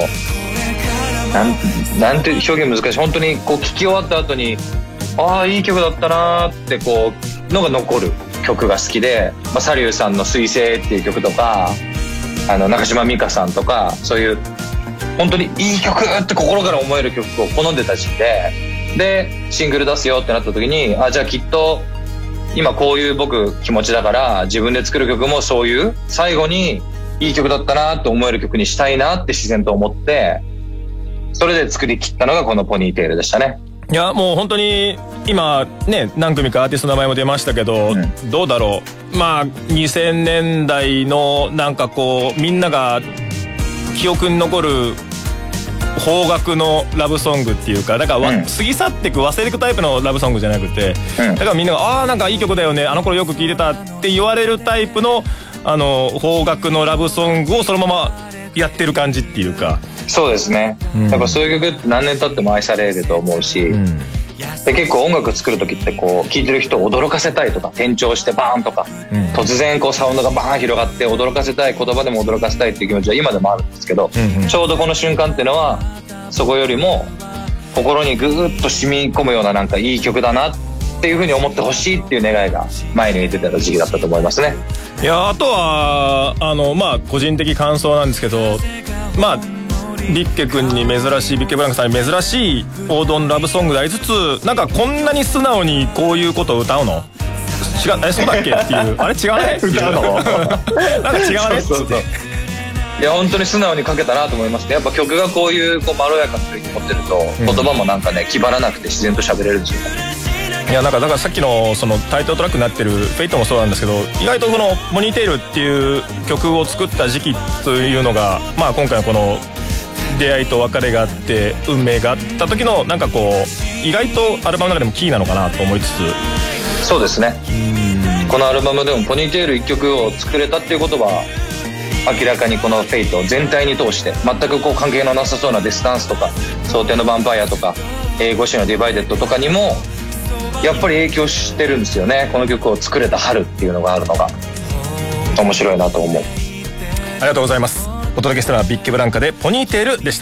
[SPEAKER 4] なんて表現難しい、本当にこう聴き終わった後にああいい曲だったなーってこうのが残る曲が好きで、サリューさんの水星っていう曲とか中島美嘉さんとか、そういう本当にいい曲って心から思える曲を好んでた時期でシングル出すよってなった時に、じゃあきっと今こういう僕気持ちだから自分で作る曲もそういう最後にいい曲だったなって思える曲にしたいなって自然と思って、それで作り切ったのがこのポニーテールでしたね。
[SPEAKER 2] いやもう本当に今ね何組かアーティストの名前も出ましたけど、どうだろう、2000年代のなんかこうみんなが記憶に残る邦楽のラブソングっていうか、だから、過ぎ去っていく忘れていくタイプのラブソングじゃなくて、だからみんながなんかいい曲だよね、あの頃よく聴いてたって言われるタイプの邦楽のラブソングをそのままやってる感じっていうか。
[SPEAKER 4] そうですね、やっぱそういう曲って何年経っても愛されると思うし、で結構音楽作る時ってこう聴いてる人を驚かせたいとか転調してバーンとか、突然こうサウンドがバーン広がって驚かせたい、言葉でも驚かせたいっていう気持ちは今でもあるんですけど、ちょうどこの瞬間っていうのはそこよりも心にグーッと染み込むようななんかいい曲だなっていう風に思ってほしいっていう願いが前に出てた時期だったと思いますね。
[SPEAKER 2] いやあとは個人的感想なんですけど、ビッケ君に珍しい、ビッケブランカさんに珍しい王道のラブソングでありつつ、なんかこんなに素直にこういうことを歌うのそうだっけっていうあれ違うね歌うのなんか違うねっつって、
[SPEAKER 4] いや本当に素直に書けたなと思いますね。やっぱ曲がこういうまろやかな雰囲気持ってると、言葉もなんかね気張らなくて自然と喋れるんですよね。
[SPEAKER 2] いやだからさっきのそのタイトルトラックになってる「フェイト」もそうなんですけど、意外とこの「ポニーテール」っていう曲を作った時期というのが、今回のこの出会いと別れがあって運命があった時のなんかこう意外とアルバムの中でもキーなのかなと思いつつ。
[SPEAKER 4] そうですね、このアルバムでもポニーテール1曲を作れたっていうことは明らかにこの「フェイト」全体に通して全くこう関係のなさそうなディスタンスとか想定のヴァンパイアとか英語詞のディバイデッドとかにもやっぱり影響してるんですよね。この曲を作れた春っていうのがあるのが面白いなと思う。
[SPEAKER 2] ありがとうございます。お届けしたのはビッケブランカでポニーテールでした。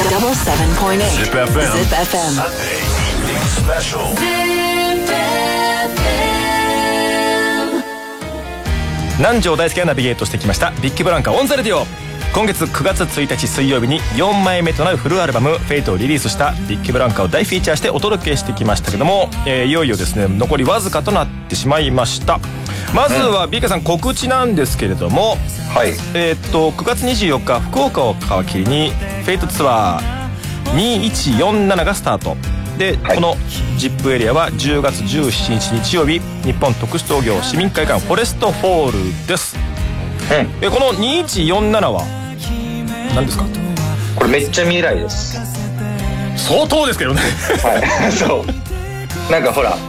[SPEAKER 5] 7.8
[SPEAKER 1] Zip FM
[SPEAKER 5] Zip FM
[SPEAKER 1] Sunday Evening Special。
[SPEAKER 2] 南條大輔がナビゲートしてきましたビッケブランカオンザレディオ。今月9月1日水曜日に4枚目となるフルアルバム「フェイト」をリリースしたビッケブランカを大フィーチャーしてお届けしてきましたけども、いよいよですね残りわずかとなってしまいました。まずはビッケさん告知なんですけれども、9月24日福岡を皮切りにフェイトツアー2147がスタートで、この ZIP エリアは10月17日日曜日日本特殊陶業市民会館フォレストホールです。この2147は何ですか？
[SPEAKER 4] これめっちゃ未来です。
[SPEAKER 2] 相当ですけどね
[SPEAKER 4] そうなんかほら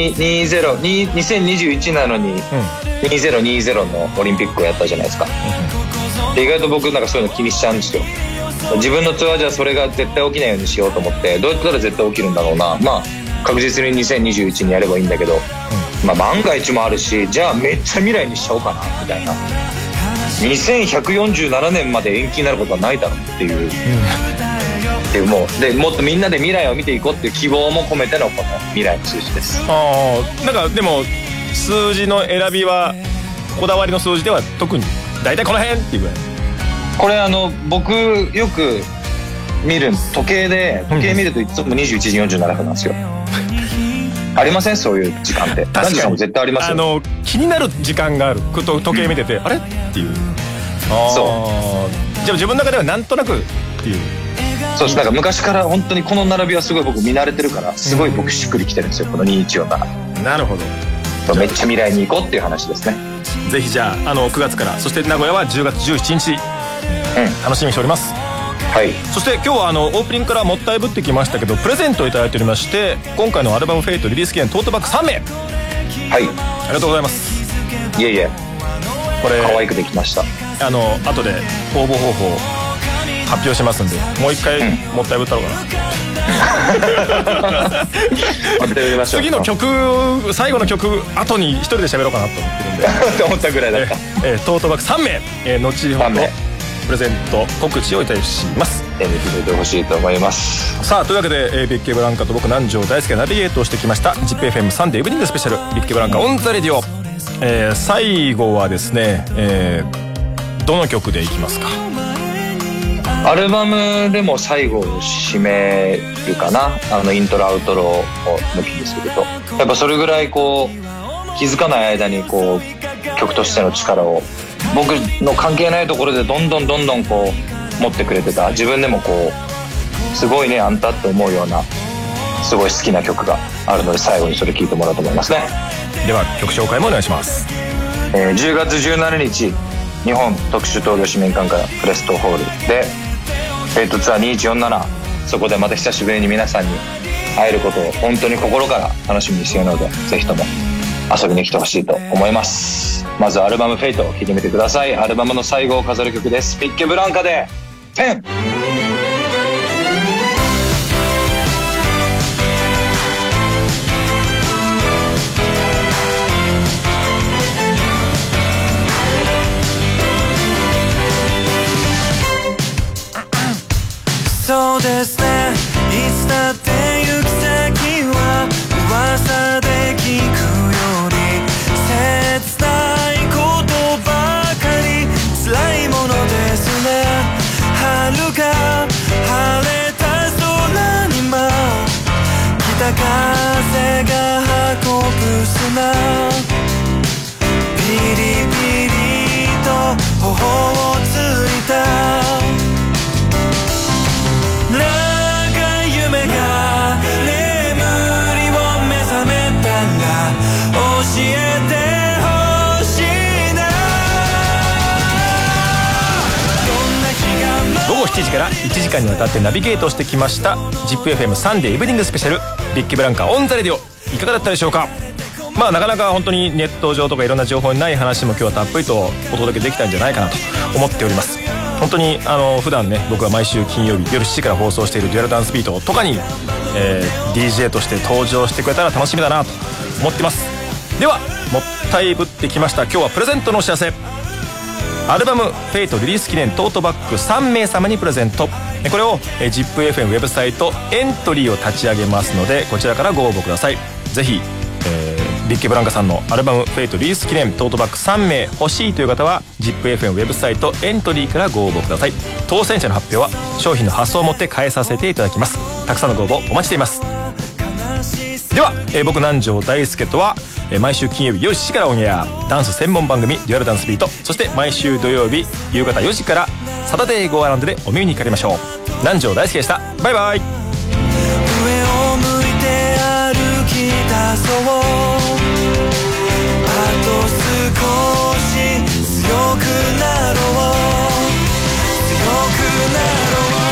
[SPEAKER 4] 2021なのに2020のオリンピックをやったじゃないですか。で意外と僕なんかそういうの気にしちゃうんですよ。自分のツアーじゃそれが絶対起きないようにしようと思って、どうやったら絶対起きるんだろうな、確実に2021にやればいいんだけど、万が一もあるし、じゃあめっちゃ未来にしちゃおうかなみたいな、2147年まで延期になることはないだろうっていう、もっとみんなで未来を見ていこうっていう希望も込めてのこの未来の数字です。
[SPEAKER 2] なんかでも数字の選びはこだわりの数字では特に大体この辺っていうぐらい。
[SPEAKER 4] これ僕よく見る時計見るといつも21時47分なんですよありません？そういう時間って。確かにさんも絶対ありますよ。
[SPEAKER 2] 気になる時間がある時計見てて、あれっていう。
[SPEAKER 4] そう
[SPEAKER 2] じゃあ自分の中ではなんとなくっていう。
[SPEAKER 4] そうです。なんか昔から本当にこの並びはすごい僕見慣れてるから、すごい僕しっくりきてるんですよ、この2147。
[SPEAKER 2] なるほど。
[SPEAKER 4] めっちゃ未来に行こうっていう話ですね。
[SPEAKER 2] ぜひじゃあ9月から、そして名古屋は10月17日、楽しみにしております。
[SPEAKER 4] はい。そ
[SPEAKER 2] して今日はオープニングからもったいぶってきましたけど、プレゼントをいただいておりまして、今回のアルバムフェイトリリース記念トートバッグ3名。
[SPEAKER 4] はい、
[SPEAKER 2] ありがとうございます。
[SPEAKER 4] いえいえ、これ可愛くできました。
[SPEAKER 2] 後で応募方法発表しますんで、もう一回もったいぶったろうかな。次の曲、最後の曲後に一人で喋ろうかなと思ってるんで
[SPEAKER 4] って思ったぐらいだった。
[SPEAKER 2] トートバッグ3名、後ほどプレゼント告知をいたします。
[SPEAKER 4] 手に入れてほしいと思います。
[SPEAKER 2] さあ、というわけでビッケブランカと僕南條大輔がナビゲートをしてきました ZIPFM サンデーイブニングスペシャルビッケブランカオンザレディオ。最後はですね、どの曲でいきますか？
[SPEAKER 4] アルバムでも最後を締めるかな。イントロアウトロを抜きにすると、やっぱそれぐらいこう気づかない間にこう曲としての力を僕の関係ないところでどんどんこう持ってくれてた、自分でもこうすごいねあんたって思うようなすごい好きな曲があるので、最後にそれ聴いてもらおうと思いますね。
[SPEAKER 2] では曲紹介もお願いします。
[SPEAKER 4] 10月17日日本特殊東京市民館からプレストホールでフェイトツアー2147、そこでまた久しぶりに皆さんに会えることを本当に心から楽しみにしているので、ぜひとも遊びに来てほしいと思います。まずアルバムフェイトを聴いてみてください。アルバムの最後を飾る曲です。ビッケブランカでペン。
[SPEAKER 3] そうですね、いつだって行き先は噂で聞くより切ないことばかり、辛いものですね。春が晴れた空に舞う北風が運ぶ砂、ピリピリと頬をついた長い夢が眠りを目覚めたら教えてほしいな。
[SPEAKER 2] 午後7時から1時間にわたってナビゲートしてきました ZIPFM サンデーイブニングスペシャルビッケブランカオンザレディオ、いかがだったでしょうか？まあなかなか本当にネット上とかいろんな情報にない話も今日はたっぷりとお届けできたんじゃないかなと思っております。本当に普段ね、僕は毎週金曜日夜7時から放送しているデュアルダンスビートとかに、DJ として登場してくれたら楽しみだなと思ってます。ではもったいぶってきました。今日はプレゼントのお知らせ。アルバムフェイトリリース記念トートバッグ3名様にプレゼント。これを ZIPFM ウェブサイトエントリーを立ち上げますので、こちらからご応募ください。ぜひビッケブランカさんのアルバムフェイトリリース記念トートバッグ3名欲しいという方は ZIPFM ウェブサイトエントリーからご応募ください。当選者の発表は商品の発送をもって返させていただきます。たくさんのご応募お待ちしています。では、僕南條大輔とは毎週金曜日夜7時からオンエアダンス専門番組デュアルダンスビート、そして毎週土曜日夕方4時からサタデーゴーアラウンドでお耳にかかりましょう。南條大輔でした。バイバイ。
[SPEAKER 3] 上を向いて歩き出そう、あと少し強くなろう、強くなろう。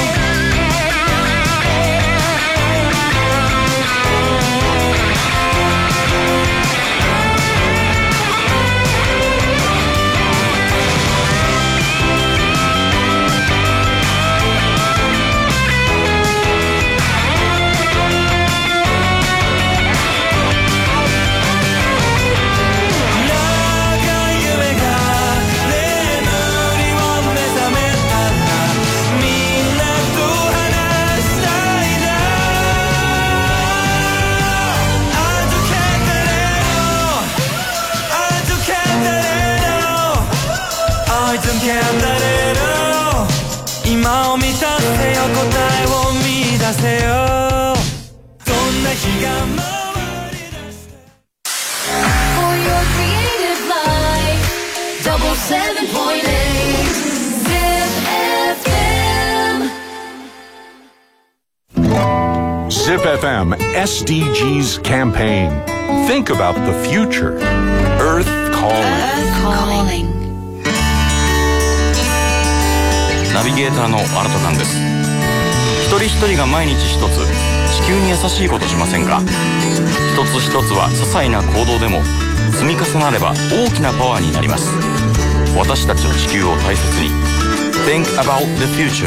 [SPEAKER 3] 今を満たせよ、答えを見出せよ、どんな日が回り出して
[SPEAKER 6] For your creative life, 77.8 ZIPFM
[SPEAKER 1] ZipFM SDGs campaign. Think about the future. Earth calling.
[SPEAKER 7] ナビゲーターのアルトカンです。一人一人が毎日一つ地球に優しいことしませんか？一つ一つは些細な行動でも積み重なれば大きなパワーになります。私たちの地球を大切に Think about the future。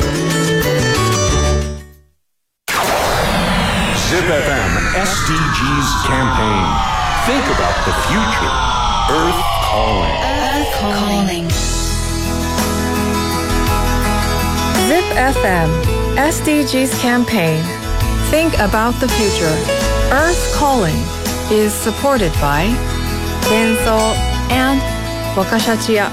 [SPEAKER 1] ZipFM SDGs campaign. Think about the future. Earth calling.
[SPEAKER 8] Zip FM SDGs campaign. Think about the future. Earth Calling is supported by Denso and Wakashachiya.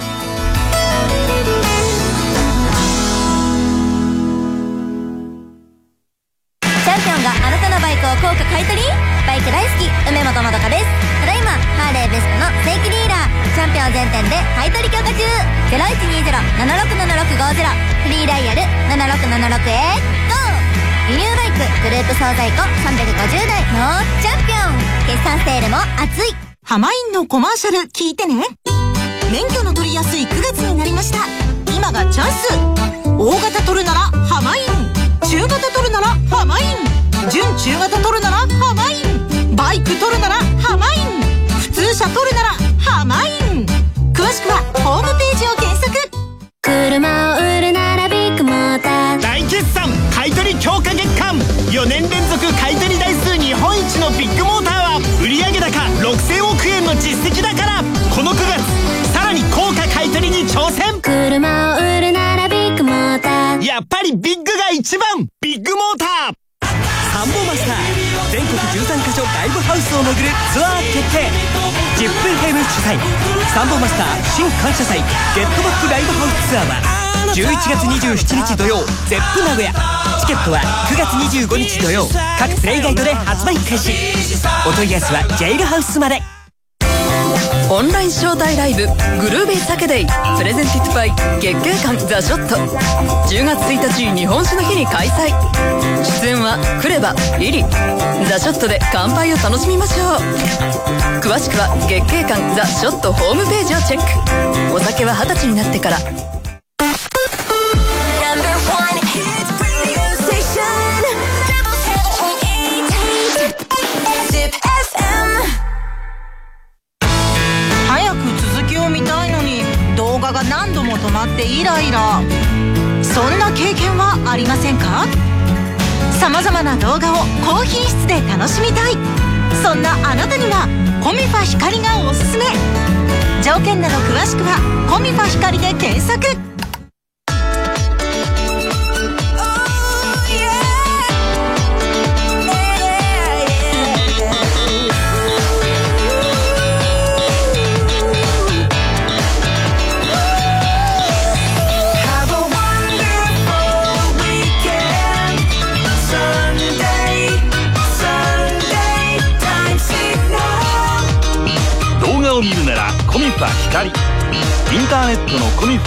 [SPEAKER 6] チャンピオンがあなたのバイクを高価買い取り？バイク大好き梅本まどかです。ただいまハーレーベストの正規ディーラーチャンピオン全店で買い取り強化中。 0120-767650 フリーダイヤル 7676 へ GO。 輸入バイクグループ総在庫350台のチャンピオン。決算セールも熱い。
[SPEAKER 9] ハマインのコマーシャル聞いてね。免許の取りやすい9月になりました。今がチャンス。大型取るならハマイン、中型取るならハマイン、準中型取るならハマイン、バイク取るならハマイン、普通車取るならハマイン。詳しくはホームページを検索。
[SPEAKER 6] 車を売るならビッグモーター。
[SPEAKER 10] 大決算買取強化月間。4年連続買取台数日本一のビッグモーターは売上高6000億円の実績だから、この9月さらに高価買取に挑戦。
[SPEAKER 6] 車を売るならビッグモーター。
[SPEAKER 10] やっぱりビッグが一番。ビッグモーター。サンボマスター全国13カ所ライブハウスを巡るツアー決定。ジップヘム主催サンボマスター新感謝祭ゲットバックライブハウスツアーは11月27日土曜ゼップ名古屋。チケットは9月25日土曜各プレイガイドで発売開始。お問い合わせはジェイルハウスまで。
[SPEAKER 8] オンライン招待ライブグルービーサケデイプレゼンティッドバイ月経館ザ・ショット。10月1日日本酒の日に開催。出演はクレバ、イリ、ザ・ショットで乾杯を楽しみましょう。詳しくは月経館ザ・ショットホームページをチェック。お酒は20歳になってから。
[SPEAKER 9] 早く続きを見たいのに動画が何度も止まってイライラ。そんな経験はありませんか？さまざまな動画を高品質で楽しみたい。そんなあなたにはコミファ光がおすすめ。条件など詳しくはコミファ光で検索。
[SPEAKER 10] 動画を見るならコミファ光。インターネットのコミファ